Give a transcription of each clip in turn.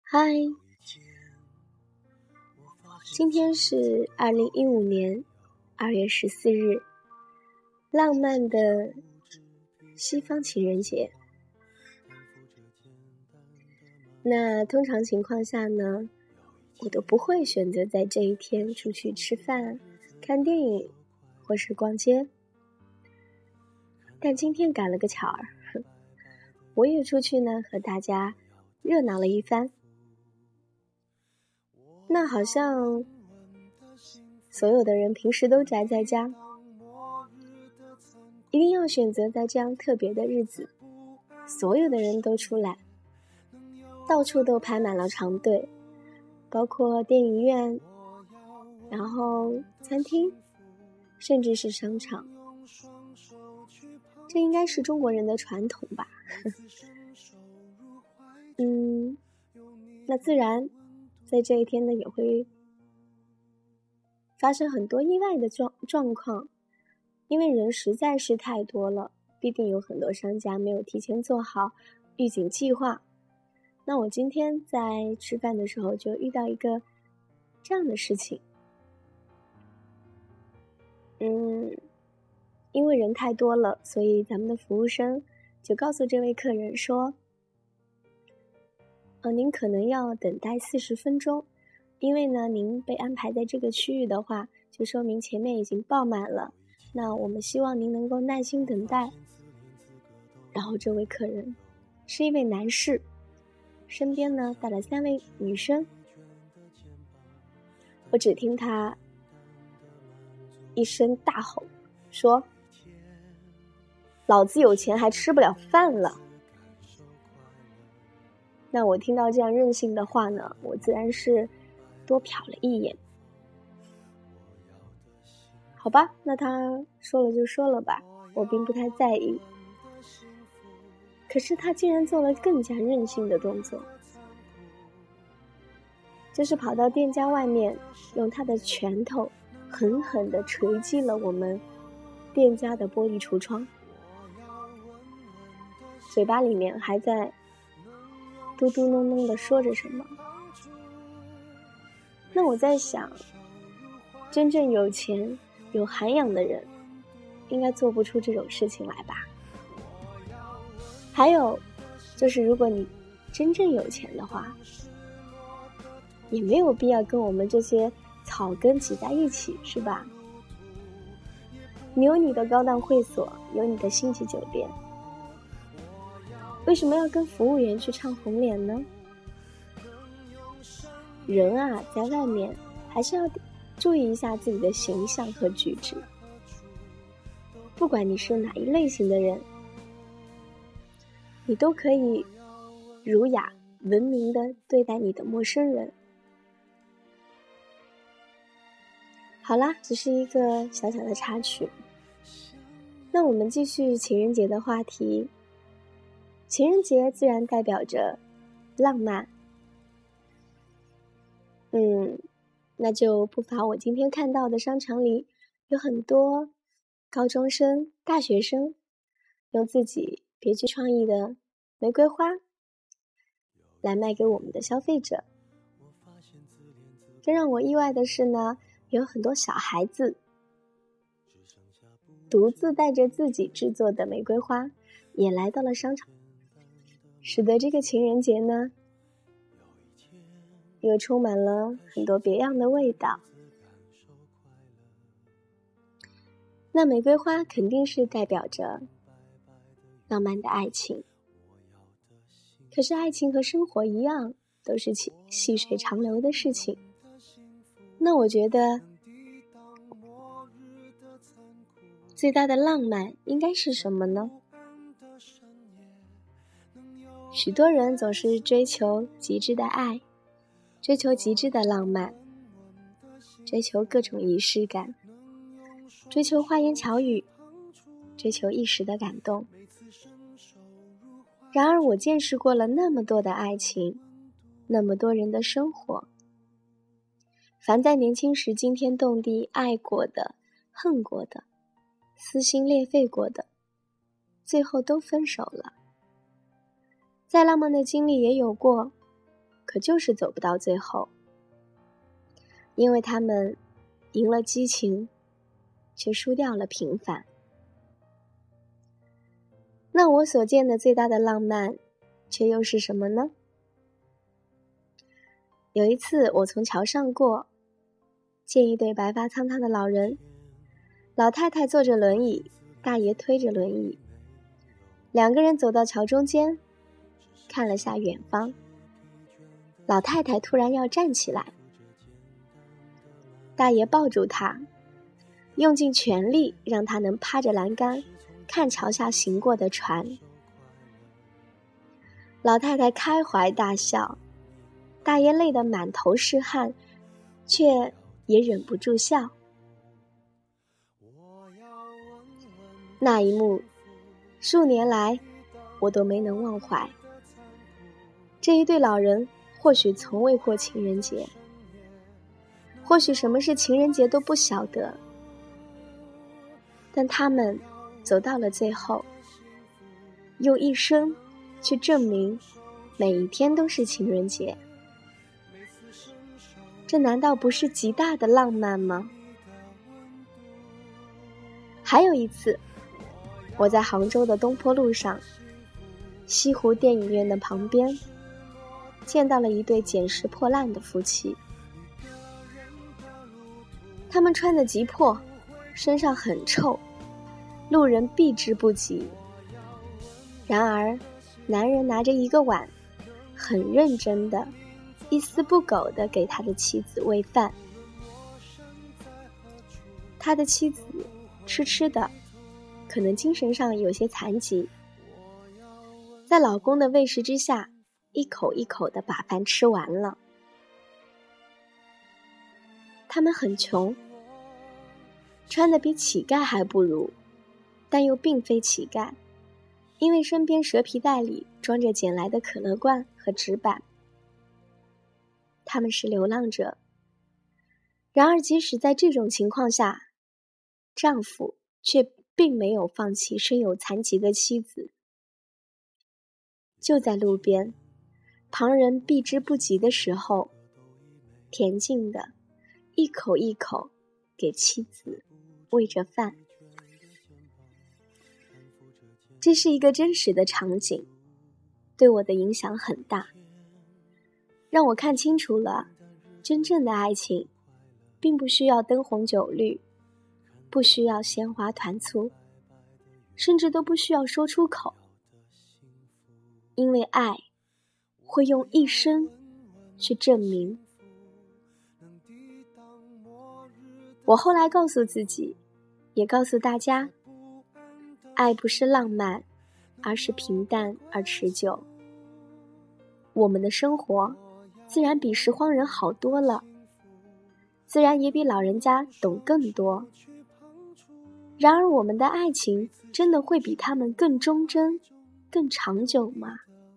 嗨，今天是2015年2月14日，浪漫的西方情人节。那通常情况下呢，我都不会选择在这一天出去吃饭、看电影或是逛街。但今天赶了个巧儿，我也出去呢和大家热闹了一番。那好像所有的人平时都宅在家，一定要选择在这样特别的日子，所有的人都出来，到处都排满了长队，包括电影院，然后餐厅，甚至是商场。这应该是中国人的传统吧。那自然在这一天呢也会发生很多意外的状况，因为人实在是太多了，必定有很多商家没有提前做好预警计划。那我今天在吃饭的时候就遇到一个这样的事情。因为人太多了，所以咱们的服务生就告诉这位客人说，您可能要等待40分钟，因为呢您被安排在这个区域的话，就说明前面已经爆满了，那我们希望您能够耐心等待。然后这位客人是一位男士，身边呢带了3位女生，我只听他一声大吼说，老子有钱还吃不了饭了。那我听到这样任性的话呢，我自然是多瞟了一眼。好吧，那他说了就说了吧，我并不太在意。可是他竟然做了更加任性的动作，就是跑到店家外面，用他的拳头狠狠地捶击了我们店家的玻璃橱窗，嘴巴里面还在嘟嘟哝哝地说着什么。那我在想，真正有钱有涵养的人应该做不出这种事情来吧。还有就是如果你真正有钱的话，也没有必要跟我们这些草根挤在一起，是吧？你有你的高档会所，有你的星级酒店，为什么要跟服务员去唱红脸呢？人啊，在外面还是要注意一下自己的形象和举止。不管你是哪一类型的人，你都可以儒雅文明地对待你的陌生人。好啦，只是一个小小的插曲。那我们继续情人节的话题。情人节自然代表着浪漫。那就不乏我今天看到的商场里有很多高中生、大学生用自己别具创意的玫瑰花来卖给我们的消费者。这让我意外的是呢，有很多小孩子独自带着自己制作的玫瑰花也来到了商场，使得这个情人节呢又充满了很多别样的味道。那玫瑰花肯定是代表着浪漫的爱情，可是爱情和生活一样，都是细水长流的事情。那我觉得最大的浪漫应该是什么呢？许多人总是追求极致的爱，追求极致的浪漫，追求各种仪式感，追求花言巧语，追求一时的感动。然而我见识过了那么多的爱情，那么多人的生活，凡在年轻时惊天动地爱过的、恨过的、撕心裂肺过的，最后都分手了。再浪漫的经历也有过， 可就是走不到最后，因为他们赢了激情，却输掉了平凡。那我所见的最大的浪漫，却又是什么呢？有一次我从桥上过，见一对白发苍苍的老人，老太太坐着轮椅，大爷推着轮椅，两个人走到桥中间，看了下远方。老太太突然要站起来，大爷抱住她，用尽全力让她能趴着栏杆看桥下行过的船。老太太开怀大笑，大爷累得满头是汗，却也忍不住笑。那一幕，数年来我都没能忘怀。这一对老人或许从未过情人节，或许什么是情人节都不晓得，但他们走到了最后，用一生去证明每一天都是情人节。这难道不是极大的浪漫吗？还有一次，我在杭州的东坡路上，西湖电影院的旁边，见到了一对捡拾破烂的夫妻。他们穿得极破，身上很臭，路人避之不及。然而，男人拿着一个碗，很认真的，一丝不苟地给他的妻子喂饭。他的妻子痴的，可能精神上有些残疾，在老公的喂食之下，一口一口地把饭吃完了。他们很穷，穿得比乞丐还不如，但又并非乞丐，因为身边蛇皮袋里装着捡来的可乐罐和纸板。他们是流浪者，然而即使在这种情况下，丈夫却并没有放弃身有残疾的妻子。就在路边，旁人避之不及的时候，恬静的一口一口给妻子喂着饭。这是一个真实的场景，对我的影响很大，让我看清楚了真正的爱情并不需要灯红酒绿，不需要鲜花团簇，甚至都不需要说出口，因为爱会用一生去证明。我后来告诉自己，也告诉大家，爱不是浪漫，而是平淡而持久。我们的生活自然比拾荒人好多了，自然也比老人家懂更多。然而我们的爱情真的会比他们更忠贞、更长久吗？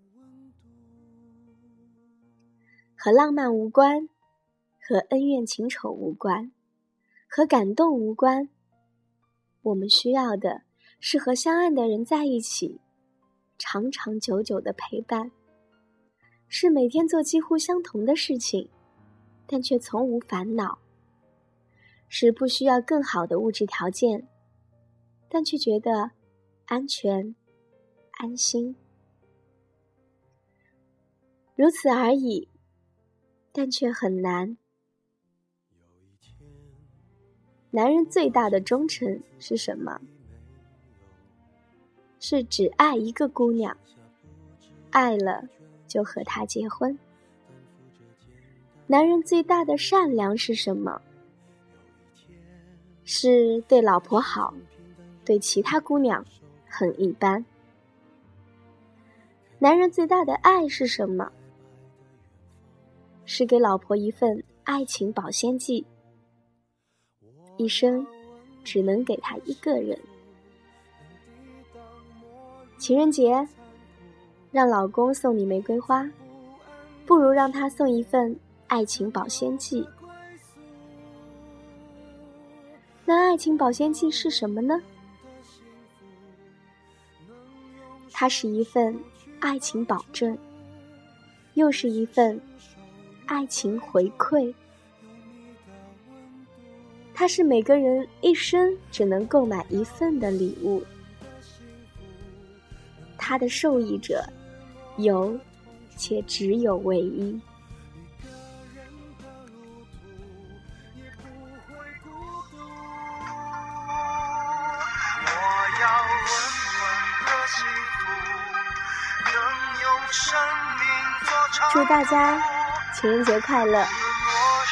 和浪漫无关，和恩怨情仇无关，和感动无关。我们需要的是和相爱的人在一起，长长久久的陪伴，是每天做几乎相同的事情，但却从无烦恼，是不需要更好的物质条件，但却觉得安全、安心，如此而已，但却很难。男人最大的忠诚是什么？是只爱一个姑娘，爱了就和她结婚。男人最大的善良是什么？是对老婆好，对其他姑娘很一般。男人最大的爱是什么？是给老婆一份爱情保鲜剂，一生只能给她一个人。情人节，让老公送你玫瑰花，不如让他送一份爱情保鲜剂。那爱情保鲜剂是什么呢？它是一份爱情保证， 又是一份爱情回馈。它是每个人一生只能购买一份的礼物，它的受益者有且只有唯一。祝大家情人节快乐，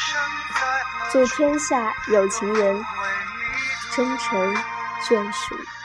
祝天下有情人终成眷属。